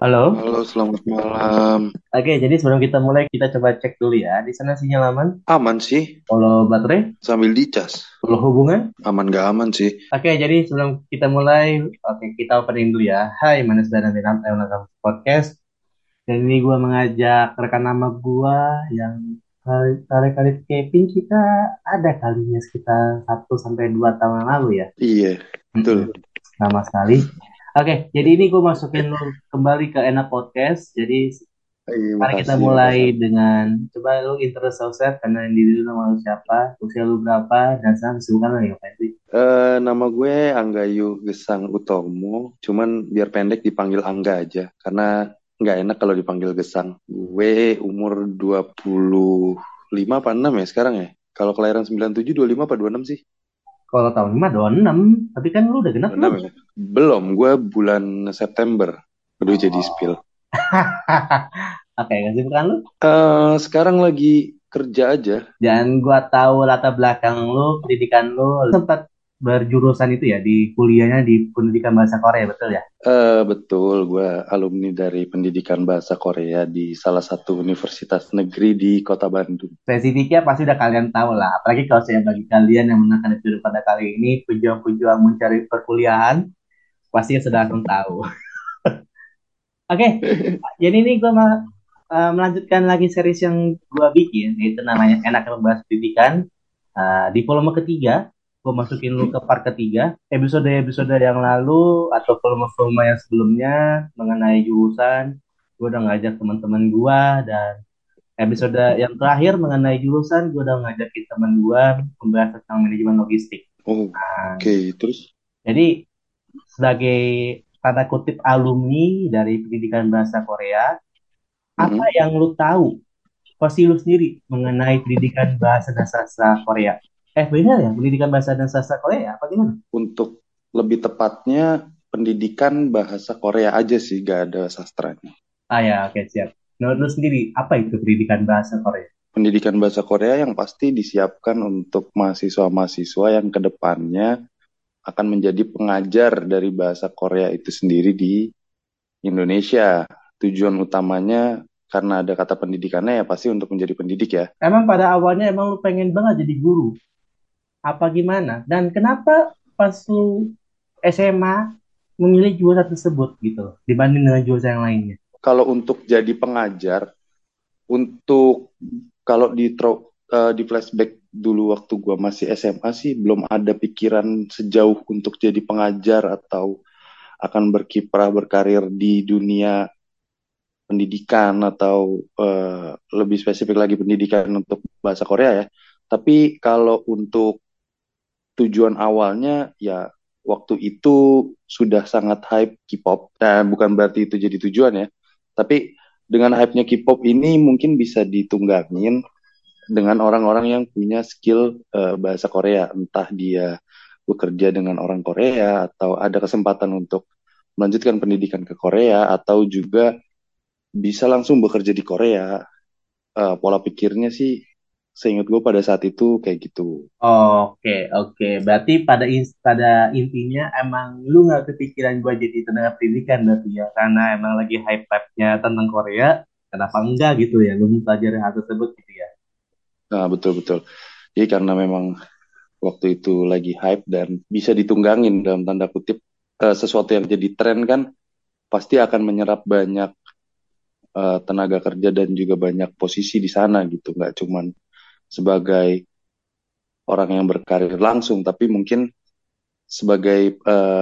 Halo. Halo, selamat malam. Oke, jadi sebelum kita mulai, kita coba cek dulu ya. Di sana sinyal aman? Aman sih, Kalau baterai, sambil dicas. kalau hubungan? Aman gak aman sih. Oke, jadi sebelum kita mulai, oke kita opening dulu ya. Hai, Manas dan Aminam, welcome to podcast. Dan ini gue mengajak rekan nama gue yang kali-kali Kevin kita ada kalinya sekitar 1 sampai 2 tahun yang lalu ya. Iya, betul. Mm-mm, Lama sekali. Oke, jadi ini gue masukin lu kembali ke Enak Podcast. Jadi Iya, mari kita makasih, mulai makasih. dengan coba lu introduce yourself, karena diri lu nama lu siapa, usia lu berapa, dan sekarang kesibukan lu ngapain sih? Nama gue Anggayu Gesang Utomo, cuman biar pendek dipanggil Angga aja, karena nggak enak kalau dipanggil Gesang. Gue umur 25 apa 6 ya sekarang ya? Kalau kelahiran 97, 25 apa 26 sih? Kalau tahun 5 26, tapi kan lu udah genap belum? 26 ya? Belum, gue bulan September. Aduh, jadi spill. Oh. Oke, kesibukan lu? Sekarang lagi kerja aja. Dan gua tahu latar belakang lu, pendidikan lu sempat berjurusan itu ya di kuliahnya di pendidikan bahasa Korea, betul ya? Betul, gue alumni dari pendidikan bahasa Korea di salah satu universitas negeri di Kota Bandung. Spesifiknya pasti udah kalian tahu lah. Apalagi kalau saya bagi kalian yang menonton episode pada kali ini, pejuang-pejuang mencari perkuliahan, pasti sudah langsung tahu. Oke, jadi ini gue melanjutkan lagi series yang gue bikin, yaitu namanya Enak Membahas Pendidikan. Di volume ketiga, gue masukin lu ke part ketiga. Episode-episode yang lalu atau volume-volume yang sebelumnya mengenai jurusan, gue udah ngajak teman-teman gue, dan episode yang terakhir mengenai jurusan, gue udah ngajakin teman gue membahas tentang manajemen logistik. Oh, Nah, oke. Terus, jadi sebagai tanda kutip alumni dari pendidikan bahasa Korea, apa mm-mm. yang lu tahu pasti lu sendiri mengenai pendidikan bahasa dan sastra Korea? Benar ya, pendidikan bahasa dan sastra Korea apa gimana? Untuk lebih tepatnya pendidikan bahasa Korea aja sih, gak ada sastranya. Ya, oke, siap. Menurut lu sendiri, apa itu pendidikan bahasa Korea? Pendidikan bahasa Korea yang pasti disiapkan untuk mahasiswa-mahasiswa yang kedepannya akan menjadi pengajar dari bahasa Korea itu sendiri di Indonesia. Tujuan utamanya karena ada kata pendidikannya ya pasti untuk menjadi pendidik ya. Emang pada awalnya emang lu pengen banget jadi guru? Apa gimana? Dan kenapa pas lu SMA memilih jurusan tersebut gitu loh, dibanding dengan jurusan yang lainnya? Kalau untuk jadi pengajar, untuk kalau di flashback dulu waktu gua masih SMA sih belum ada pikiran sejauh untuk jadi pengajar atau akan berkiprah berkarir di dunia pendidikan atau lebih spesifik lagi pendidikan untuk bahasa Korea ya. Tapi kalau untuk tujuan awalnya ya waktu itu sudah sangat hype K-pop. Dan bukan berarti itu jadi tujuan ya. Tapi dengan hype-nya K-pop ini mungkin bisa ditunggangin dengan orang-orang yang punya skill bahasa Korea. Entah dia bekerja dengan orang Korea atau ada kesempatan untuk melanjutkan pendidikan ke Korea atau juga bisa langsung bekerja di Korea. Pola pikirnya sih seingat gue pada saat itu kayak gitu. Oke, oke. Berarti pada intinya emang lu nggak kepikiran gua jadi tenaga pendidikan berarti ya, karena emang lagi hype-hype-nya tentang Korea. Kenapa enggak gitu ya? Lu mempelajari hal tersebut gitu ya? Nah, betul-betul. Jadi karena memang waktu itu lagi hype dan bisa ditunggangin dalam tanda kutip sesuatu yang jadi tren kan pasti akan menyerap banyak tenaga kerja dan juga banyak posisi di sana gitu. Nggak cuman sebagai orang yang berkarir langsung, tapi mungkin sebagai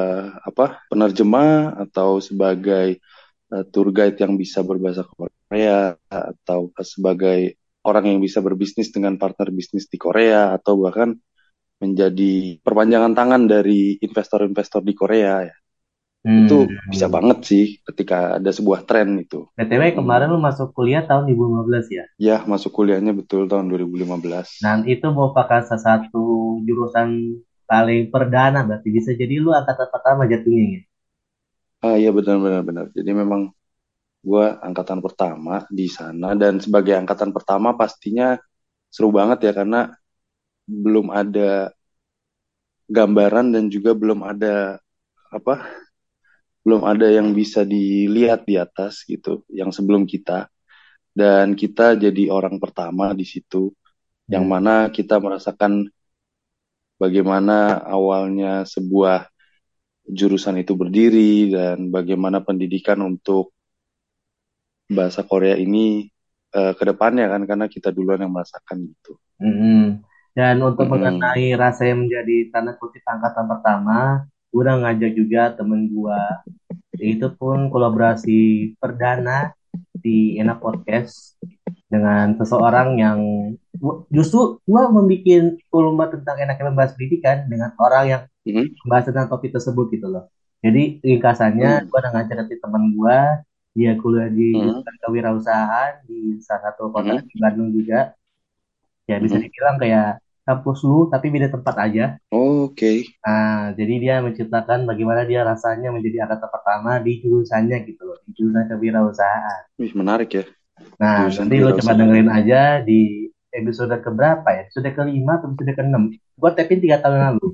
penerjemah atau sebagai tour guide yang bisa berbahasa Korea atau sebagai orang yang bisa berbisnis dengan partner bisnis di Korea atau bahkan menjadi perpanjangan tangan dari investor-investor di Korea ya. Itu bisa Hmm. banget sih ketika ada sebuah tren itu. BTW kemarin lu masuk kuliah tahun 2015 ya? Ya, masuk kuliahnya betul tahun 2015. Dan itu merupakan salah satu jurusan paling perdana, berarti bisa jadi lu angkatan pertama jatuhnya ya? Ah iya benar-benar benar. Jadi memang gue angkatan pertama di sana dan sebagai angkatan pertama pastinya seru banget ya karena belum ada gambaran dan juga belum ada apa belum ada yang bisa dilihat di atas gitu, yang sebelum kita. Dan kita jadi orang pertama di situ, yang Hmm. mana kita merasakan bagaimana awalnya sebuah jurusan itu berdiri dan bagaimana pendidikan untuk bahasa Korea ini ke depannya kan, karena kita duluan yang merasakan gitu. Mm-mm. Dan untuk Mm-mm. mengenai rasa yang menjadi tanda kutip angkatan pertama, gue udah ngajak juga temen gue. Itu pun kolaborasi perdana di Enak Podcast dengan seseorang yang justru gue membuat kolomba tentang enaknya membahas pendidikan dengan orang yang Mm-mm. membahas tentang topik tersebut gitu loh. Jadi ringkasannya Mm. gue udah ngajak dari teman gue, dia kuliah di Mm. jurusan kewirausahaan di salah satu kota Mm. di Bandung juga. Ya bisa Mm. dibilang kayak kampus lu tapi beda tempat aja. Oke. Nah, jadi dia menceritakan bagaimana dia rasanya menjadi angkatan pertama di jurusannya gitu loh, di jurusan kewirausahaan. Wih, menarik ya, Nah, jurusan nanti lo coba kewirausahaan. dengerin aja di episode keberapa ya? Episode kelima atau episode keenam? Gua tapin 3 tahun lalu.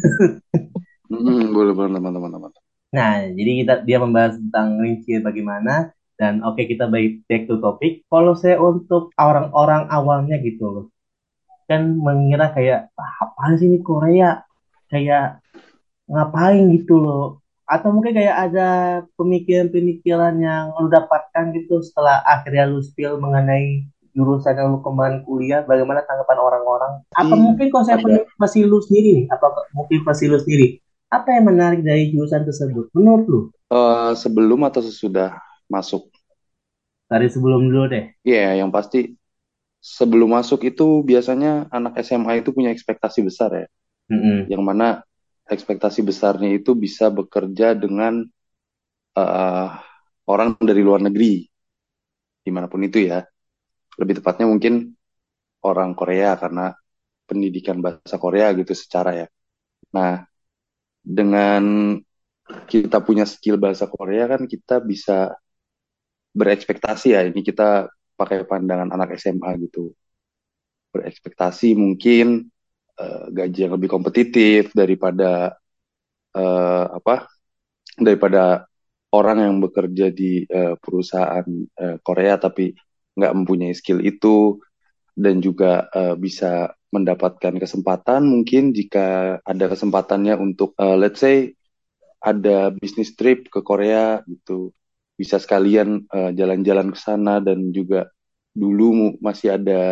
Boleh boleh teman-teman teman. Nah, jadi dia membahas tentang rinci bagaimana dan oke kita back to topic. Kalau saya untuk orang-orang awalnya gitu loh, kan mengira kayak "Ah, apaan sih ini Korea? Kayak ngapain gitu loh, atau mungkin kayak ada pemikiran-pemikiran yang lu dapatkan gitu setelah akhirnya lu spill mengenai jurusan yang lu kemarin kuliah, bagaimana tanggapan orang-orang, apa Ih, mungkin konsep ada. pasti lu sendiri nih, apa mungkin pasti lu sendiri, apa yang menarik dari jurusan tersebut menurut lu? Sebelum atau sesudah masuk? Dari sebelum dulu deh. Iya, yang pasti sebelum masuk itu biasanya anak SMA itu punya ekspektasi besar ya. Mm-mm. Yang mana ekspektasi besarnya itu bisa bekerja dengan eh, orang dari luar negeri, dimanapun itu ya. Lebih tepatnya mungkin orang Korea karena pendidikan bahasa Korea gitu secara ya. Nah, dengan kita punya skill bahasa Korea kan kita bisa berekspektasi ya. Ini kita pakai pandangan anak SMA gitu. Berekspektasi mungkin gaji yang lebih kompetitif daripada apa? Daripada orang yang bekerja di perusahaan Korea tapi nggak mempunyai skill itu, dan juga bisa mendapatkan kesempatan mungkin jika ada kesempatannya untuk let's say ada bisnis trip ke Korea gitu, bisa sekalian jalan-jalan ke sana, dan juga dulu masih ada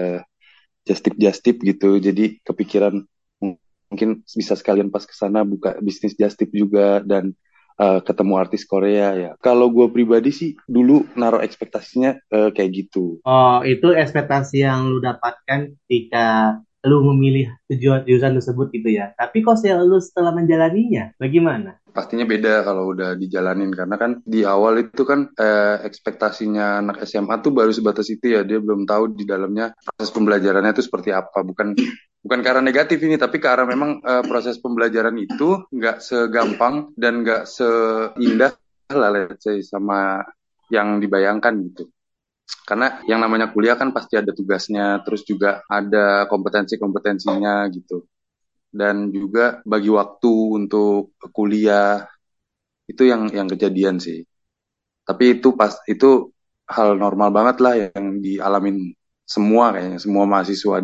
just tip gitu, jadi kepikiran mungkin bisa sekalian pas ke sana buka bisnis just tip juga, dan ketemu artis Korea ya. Kalau gue pribadi sih dulu naruh ekspektasinya kayak gitu. Oh, itu ekspektasi yang lu dapatkan ketika lu memilih tujuan jurusan tersebut gitu ya. Tapi kok sih lu setelah menjalaninya, bagaimana? Pastinya beda kalau udah dijalanin, karena kan di awal itu kan ekspektasinya anak SMA tuh baru sebatas itu ya, dia belum tahu di dalamnya proses pembelajarannya itu seperti apa. Bukan bukan ke arah negatif ini, tapi ke arah memang proses pembelajaran itu nggak segampang dan nggak seindah lah let's say sama yang dibayangkan gitu. Karena yang namanya kuliah kan pasti ada tugasnya, terus juga ada kompetensi-kompetensinya gitu. Dan juga bagi waktu untuk kuliah, itu yang kejadian sih. Tapi itu hal normal banget lah yang dialamin semua, kayaknya semua mahasiswa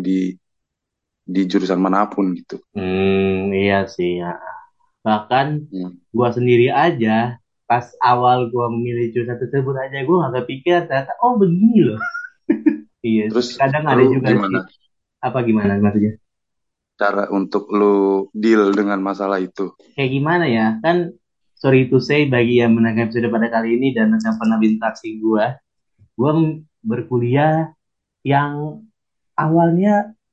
di jurusan manapun gitu. Iya sih ya. Bahkan Hmm. gua sendiri aja pas awal gua memilih jurusan tersebut aja gua nggak kepikir ternyata oh begini loh. Iya, Terus kadang ada lu juga sih. gimana Apa gimana maksudnya? cara untuk lu deal dengan masalah itu? Kayak gimana ya? Kan sorry to say bagi yang menanggapi episode pada kali ini dan yang pernah berinteraksi gua berkuliah yang awalnya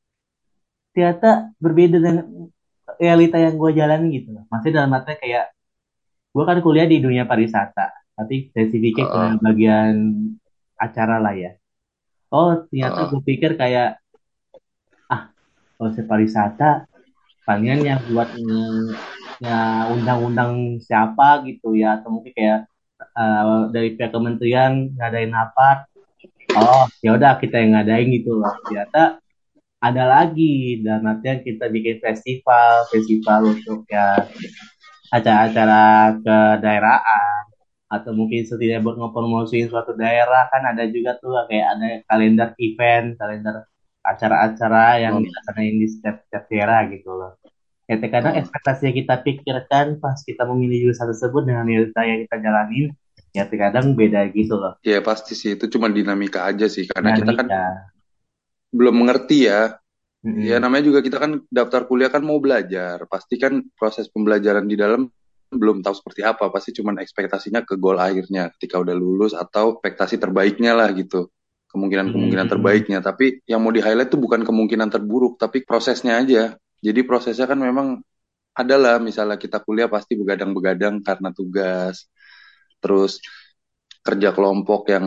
ternyata berbeda dengan realita yang gue jalani gitu loh. Maksudnya dalam arti kayak gue kan kuliah di dunia pariwisata, tapi spesifiknya ke Heeh, bagian acara lah ya. Oh, ternyata heeh, gue pikir kayak, ah, kalau saya pariwisata, palingan yang buat ya undang-undang siapa gitu ya, atau mungkin kayak dari pihak kementerian ngadain apa, oh ya udah kita yang ngadain gitu loh. Ternyata ada lagi, dan artian kita bikin festival, festival untuk ya acara-acara ke daerah atau mungkin setidaknya buat ngepromosiin suatu daerah kan ada juga tuh kayak ada kalender event, kalender acara-acara yang Oh, dilaksanain di setiap daerah gitu loh. Ya terkadang oh. ekspektasi yang kita pikirkan pas kita memilih jurusan tersebut dengan realita yang kita jalanin, ya terkadang beda gitu loh. Ya pasti sih itu cuma dinamika aja sih karena kita kan Dinamika. belum mengerti ya. Ya Mm-mm. namanya juga kita kan daftar kuliah kan mau belajar. Pasti kan proses pembelajaran di dalam belum tahu seperti apa. Pasti cuma ekspektasinya ke goal akhirnya ketika udah lulus atau ekspektasi terbaiknya lah gitu. Kemungkinan-kemungkinan Mm-mm. terbaiknya. Tapi yang mau di-highlight tuh bukan kemungkinan terburuk, tapi prosesnya aja. Jadi prosesnya kan memang adalah misalnya kita kuliah pasti begadang-begadang karena tugas. Terus kerja kelompok yang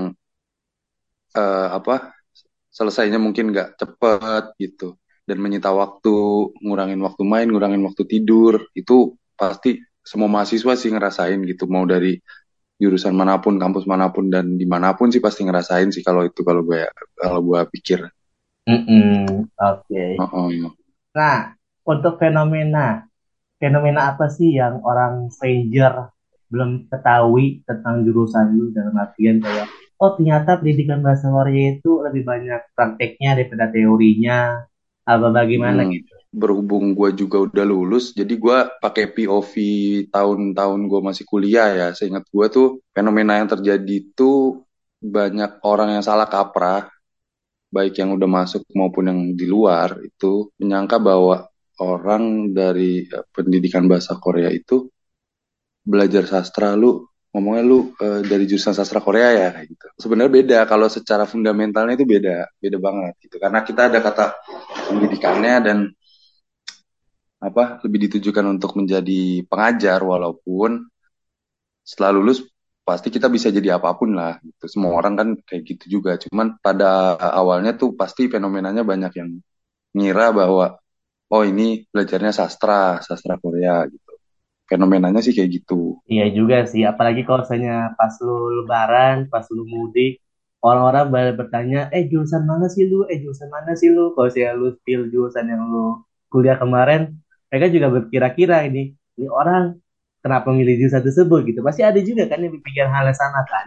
apa selesainya mungkin nggak cepet gitu dan menyita waktu, ngurangin waktu main, ngurangin waktu tidur, itu pasti semua mahasiswa sih ngerasain gitu, mau dari jurusan manapun, kampus manapun dan dimanapun sih pasti ngerasain sih kalau itu kalau gue pikir. Mm-mm. Oke. Oh. Nah, untuk fenomena apa sih yang orang stranger belum ketahui tentang jurusan lu dalam artian kayak, oh ternyata pendidikan bahasa Korea itu lebih banyak prakteknya daripada teorinya, apa bagaimana Hmm, gitu. berhubung gue juga udah lulus, jadi gue pakai POV tahun-tahun gue masih kuliah ya. Seingat gue tuh fenomena yang terjadi tuh banyak orang yang salah kaprah, baik yang udah masuk maupun yang di luar itu menyangka bahwa orang dari pendidikan bahasa Korea itu belajar sastra lu ngomongnya lu dari jurusan sastra Korea ya kayak gitu. Sebenarnya beda kalau secara fundamentalnya itu beda, beda banget gitu. Karena kita ada kata pendidikannya dan apa lebih ditujukan untuk menjadi pengajar walaupun setelah lulus pasti kita bisa jadi apapun lah gitu. Semua orang kan kayak gitu juga. Cuman pada awalnya tuh pasti fenomenanya banyak yang ngira bahwa oh ini belajarnya sastra, sastra Korea gitu. Fenomenanya sih kayak gitu. Iya juga sih, apalagi kalau misalnya pas lu lebaran, pas lu mudik, orang-orang bertanya, jurusan mana sih lu? Jurusan mana sih lu? Kalau saya lu spill jurusan yang lu kuliah kemarin, mereka juga berkira-kira ini orang kenapa milih jurusan tersebut gitu. Pasti ada juga kan yang berpikir hal yang sama kan?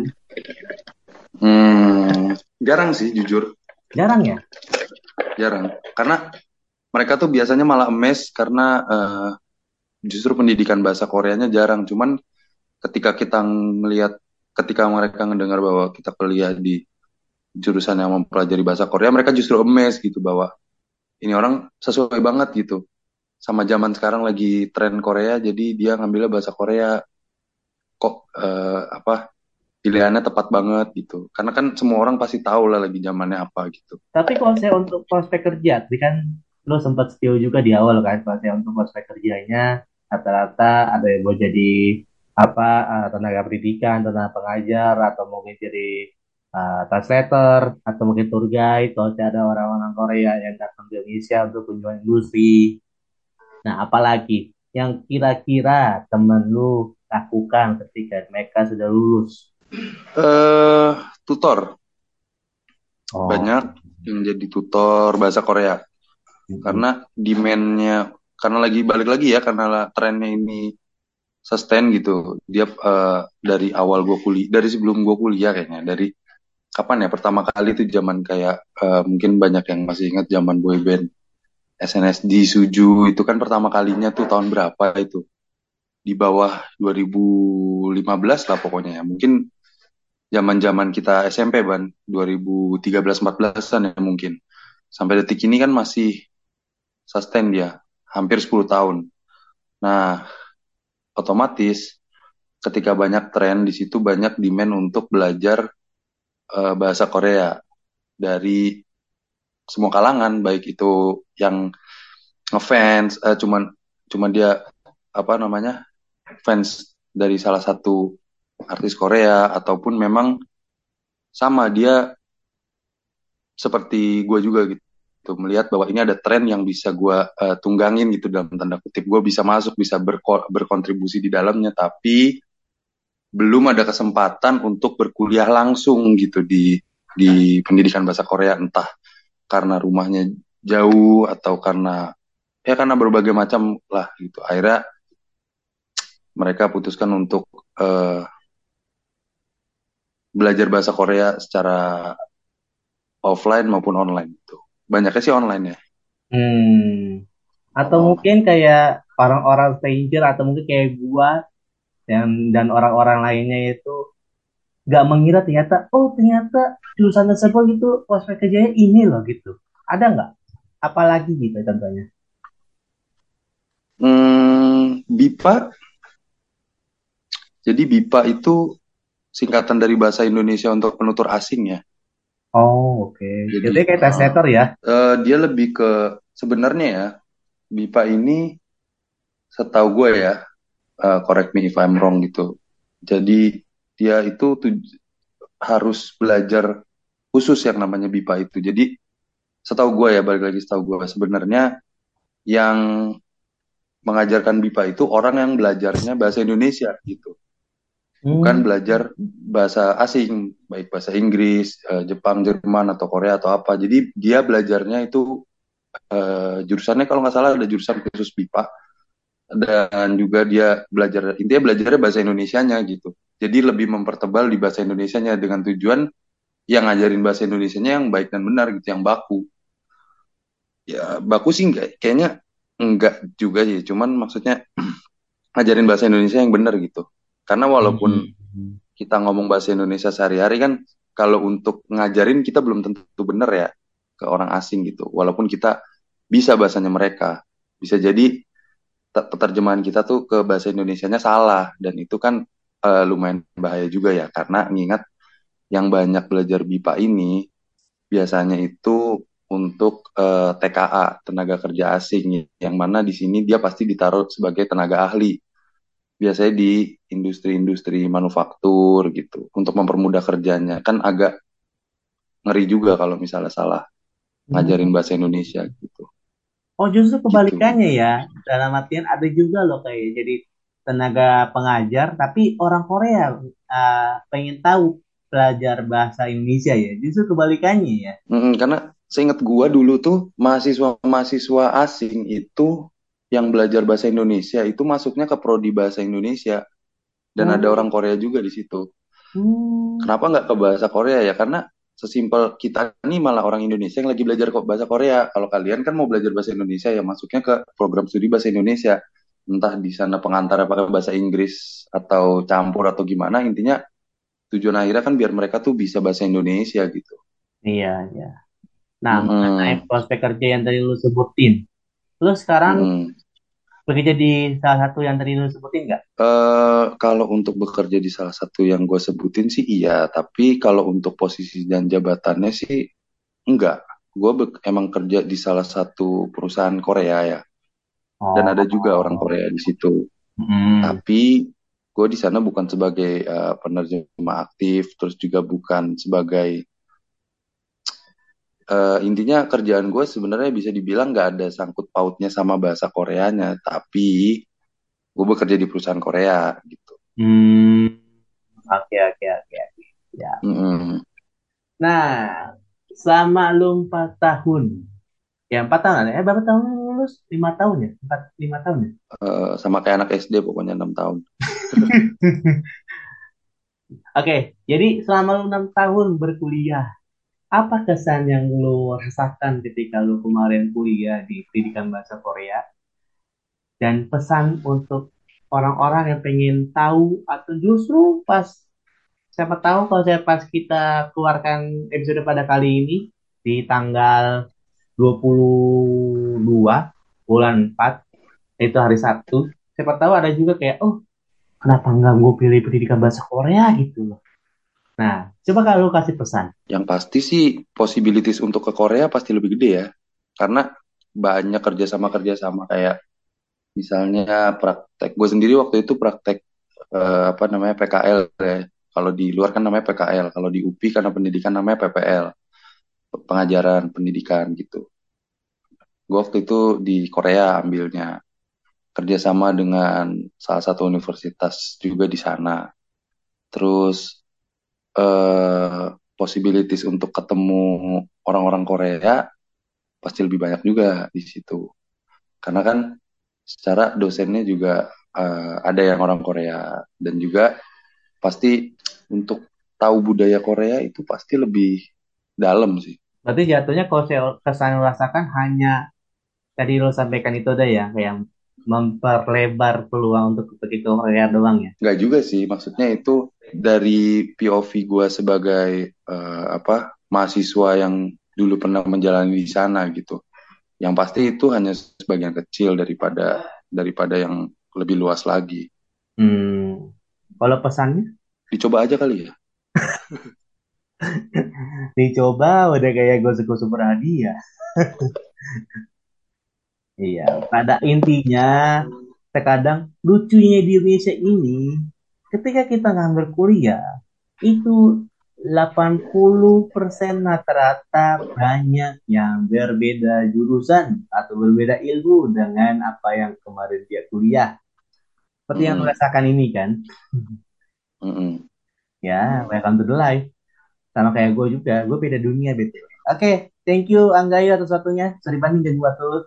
Jarang sih jujur, Jarang ya? jarang. Karena mereka tuh biasanya malah emes karena justru pendidikan bahasa Koreanya jarang. Cuman ketika kita ngelihat, ketika mereka mendengar bahwa kita kuliah di jurusan yang mempelajari bahasa Korea, mereka justru emes gitu bahwa ini orang sesuai banget gitu sama zaman sekarang lagi tren Korea, jadi dia ngambilnya bahasa Korea kok apa pilihannya tepat banget gitu. Karena kan semua orang pasti tahu lah lagi zamannya apa gitu. Tapi kalau saya untuk prospek kerja, tadi kan lo sempat spill juga di awal kan, kalau saya untuk prospek kerjanya rata-rata ada yang mau jadi apa tenaga pendidikan, tenaga pengajar, atau mungkin jadi translator, atau mungkin tour guide. Kalau saya ada orang-orang Korea yang datang ke Indonesia untuk kunjungan industri. Nah, apalagi yang kira-kira temen lu lakukan ketika mereka sudah lulus? eh Tutor, Oh, banyak yang jadi tutor bahasa Korea mm-mm. karena demand-nya, karena lagi balik lagi ya karena trennya ini sustain gitu. Dia dari awal gue kuliah, dari sebelum gue kuliah kayaknya, dari kapan ya pertama kali tuh zaman kayak mungkin banyak yang masih ingat zaman boyband SNSD Suju itu kan pertama kalinya tuh tahun berapa itu, di bawah 2015 lah pokoknya ya, mungkin zaman-zaman kita SMP ban 2013-14an ya mungkin, sampai detik ini kan masih sustain dia hampir 10 tahun. Nah otomatis ketika banyak tren di situ banyak demand untuk belajar bahasa Korea dari semua kalangan, baik itu yang ngefans cuman cuman dia apa namanya fans dari salah satu artis Korea ataupun memang sama dia seperti gue juga gitu, melihat bahwa ini ada tren yang bisa gue tunggangin gitu dalam tanda kutip, gue bisa masuk, bisa berkontribusi di dalamnya, tapi belum ada kesempatan untuk berkuliah langsung gitu di pendidikan bahasa Korea, entah karena rumahnya jauh atau karena ya karena berbagai macam lah gitu. Akhirnya mereka putuskan untuk eh, belajar bahasa Korea secara offline maupun online gitu. Banyaknya sih online ya. Hmm. Atau Oh. mungkin kayak orang-orang stranger atau mungkin kayak gua dan orang-orang lainnya itu nggak mengira ternyata oh ternyata jurusan tersebut itu prospek kerjanya ini loh gitu. Ada nggak? Apalagi gitu contohnya. BIPA, jadi BIPA itu singkatan dari bahasa Indonesia untuk penutur asing ya. Oh, oke. Jadi Jadi kayak translator ya. dia lebih ke sebenarnya ya BIPA ini setahu gue ya, correct me if I'm wrong gitu. Jadi dia itu harus belajar khusus yang namanya BIPA itu. Jadi setahu gue ya, balik lagi setahu gue sebenarnya yang mengajarkan BIPA itu orang yang belajarnya bahasa Indonesia gitu. Bukan Hmm. belajar bahasa asing, baik bahasa Inggris, Jepang, Jerman, atau Korea atau apa. Jadi dia belajarnya itu jurusannya kalau nggak salah ada jurusan khusus BIPA dan juga dia belajar intinya belajarnya bahasa Indonesianya gitu. Jadi lebih mempertebal di bahasa Indonesianya dengan tujuan yang ngajarin bahasa Indonesianya yang baik dan benar gitu, yang baku. Ya baku sih enggak, kayaknya enggak juga sih. Cuman maksudnya ngajarin bahasa Indonesia yang benar gitu. Karena walaupun Hmm. kita ngomong bahasa Indonesia sehari-hari kan, kalau untuk ngajarin kita belum tentu benar ya ke orang asing gitu. Walaupun kita bisa bahasanya mereka, bisa jadi peterjemahan kita tuh ke bahasa Indonesianya salah dan itu kan lumayan bahaya juga ya karena mengingat yang banyak belajar BIPA ini biasanya itu untuk TKA, tenaga kerja asing, yang mana di sini dia pasti ditaruh sebagai tenaga ahli biasanya di industri-industri manufaktur gitu untuk mempermudah kerjanya kan agak ngeri juga kalau misalnya salah ngajarin Hmm. bahasa Indonesia gitu Oh, justru gitu. kebalikannya ya. Dalam artian ada juga loh kayak jadi tenaga pengajar, tapi orang Korea pengen tahu belajar bahasa Indonesia ya. Justru kebalikannya ya. Karena seingat gua dulu tuh mahasiswa-mahasiswa asing itu yang belajar bahasa Indonesia itu masuknya ke prodi bahasa Indonesia dan ada Oh, orang Korea juga di situ. hmm. Kenapa nggak ke bahasa Korea ya? Karena sesimpel kita ini malah orang Indonesia yang lagi belajar kok bahasa Korea. Kalau kalian kan mau belajar bahasa Indonesia ya masuknya ke program studi bahasa Indonesia. Entah di sana pengantar pakai bahasa Inggris atau campur atau gimana. Intinya tujuan akhirnya kan biar mereka tuh bisa bahasa Indonesia gitu. Iya, iya. Nah, mengenai Mm-mm. prospek kerja yang tadi lu sebutin, lu sekarang Mm-mm. bekerja di salah satu yang tadi lu sebutin nggak? Kalau untuk bekerja di salah satu yang gue sebutin sih iya, tapi kalau untuk posisi dan jabatannya sih enggak. Gue emang kerja di salah satu perusahaan Korea ya, dan ada juga orang Oh, Korea di situ. hmm. Tapi gue di sana bukan sebagai penerjemah aktif, terus juga bukan sebagai intinya kerjaan gue sebenarnya bisa dibilang nggak ada sangkut pautnya sama bahasa Koreanya, tapi gue bekerja di perusahaan Korea gitu. Hmm. Oke, oke, oke, oke. Ya. Mm-mm. Nah, selama lu 4 tahun, ya 4 tahun, berapa tahun lu lulus? 5 tahun ya? 5 tahun ya? Sama kayak anak SD pokoknya 6 tahun. Oke, jadi selama lu 6 tahun berkuliah, apa kesan yang lu rasakan ketika lu kemarin kuliah di pendidikan bahasa Korea? Dan pesan untuk orang-orang yang pengen tahu atau justru pas siapa tahu kalau saya pas kita keluarkan episode pada kali ini di tanggal 22 bulan 4 itu hari Sabtu. Siapa tahu ada juga kayak, oh kenapa nggak gue pilih pendidikan bahasa Korea gitu loh. Nah, coba kalau lu kasih pesan. Yang pasti sih possibilities untuk ke Korea pasti lebih gede ya, karena banyak kerjasama-kerjasama kayak misalnya praktek. Gue sendiri waktu itu praktek apa namanya PKL ya. Kalau di luar kan namanya PKL, kalau di UPI karena pendidikan namanya PPL, pengajaran pendidikan gitu. Gue waktu itu di Korea ambilnya kerjasama dengan salah satu universitas juga di sana. Terus possibilities untuk ketemu orang-orang Korea pasti lebih banyak juga di situ. Karena kan secara dosennya juga ada yang orang Korea, dan juga pasti untuk tahu budaya Korea itu pasti lebih dalam sih. Berarti jatuhnya kalau saya kesan rasakan hanya tadi lo sampaikan itu ada ya, kayak memperlebar peluang untuk pergi ke Korea doang ya. Nggak juga sih, maksudnya itu dari POV gue sebagai mahasiswa yang dulu pernah menjalani di sana gitu. Yang pasti itu hanya sebagian kecil daripada daripada yang lebih luas lagi. Hmm, kalau pesannya Dicoba aja kali ya. dicoba udah kayak gosip-gosip berhadiah. Iya, pada intinya terkadang lucunya di Indonesia ini ketika kita ngambil kuliah itu 80% rata-rata banyak yang berbeda jurusan atau berbeda ilmu dengan apa yang kemarin dia kuliah. Seperti yang Mm-mm, merasakan ini kan. mm-mm. Ya, welcome to the life. Sama kayak gue juga, gue beda dunia BTW. Oke, thank you Anggayo atas waktunya. Sorry banding dan buat tuh.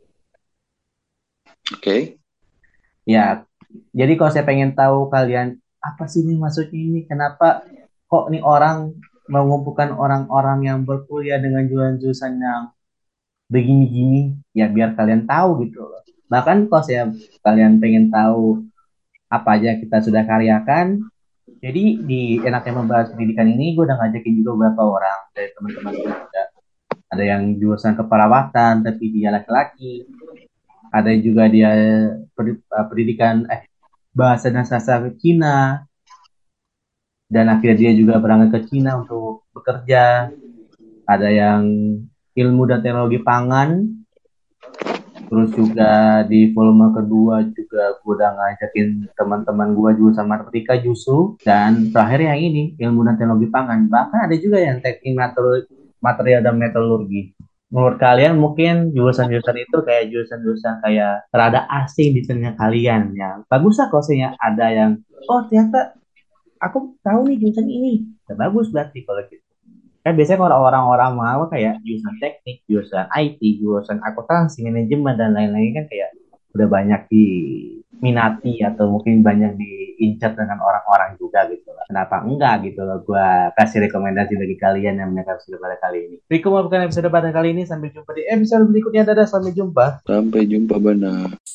Oke. Ya, jadi kalau saya pengen tahu kalian apa sih ini maksudnya ini, kenapa kok nih orang mengumpulkan orang-orang yang berkuliah dengan jurusan-jurusan yang begini-gini, ya biar kalian tahu gitu loh. Bahkan kalau saya kalian pengen tahu apa aja kita sudah karyakan, jadi di enaknya membahas pendidikan ini gue udah ngajakin juga beberapa orang dari teman-teman gue juga. Ada yang jurusan keperawatan tapi dia laki-laki, ada juga dia pendidikan bahasa dan sastra Cina, dan akhirnya dia juga berangkat ke Cina untuk bekerja. Ada yang ilmu dan teknologi pangan, terus juga di volume kedua juga gue udah ngajakin teman-teman gue jurusan matematika justru, dan terakhir yang ini ilmu dan teknologi pangan, bahkan ada juga yang teknik material dan metalurgi. Menurut kalian mungkin jurusan-jurusan itu kayak jurusan-jurusan kayak rada asing di telinga kalian ya. Bagus lah kalau misalnya ada yang, oh ternyata aku tahu nih jurusan ini. Ya, bagus berarti kalau gitu. Kan biasanya kalau orang-orang mau kayak jurusan teknik, jurusan IT, jurusan akuntansi, manajemen, dan lain-lain kan kayak udah banyak diminati atau mungkin banyak diincar dengan orang-orang juga gitu lah. Kenapa enggak gitu loh, gue kasih rekomendasi bagi kalian yang mendengar episode pada kali ini. Riku bukan episode pada kali ini, sampai jumpa di episode berikutnya. Dadah, sampai jumpa. Sampai jumpa Bana.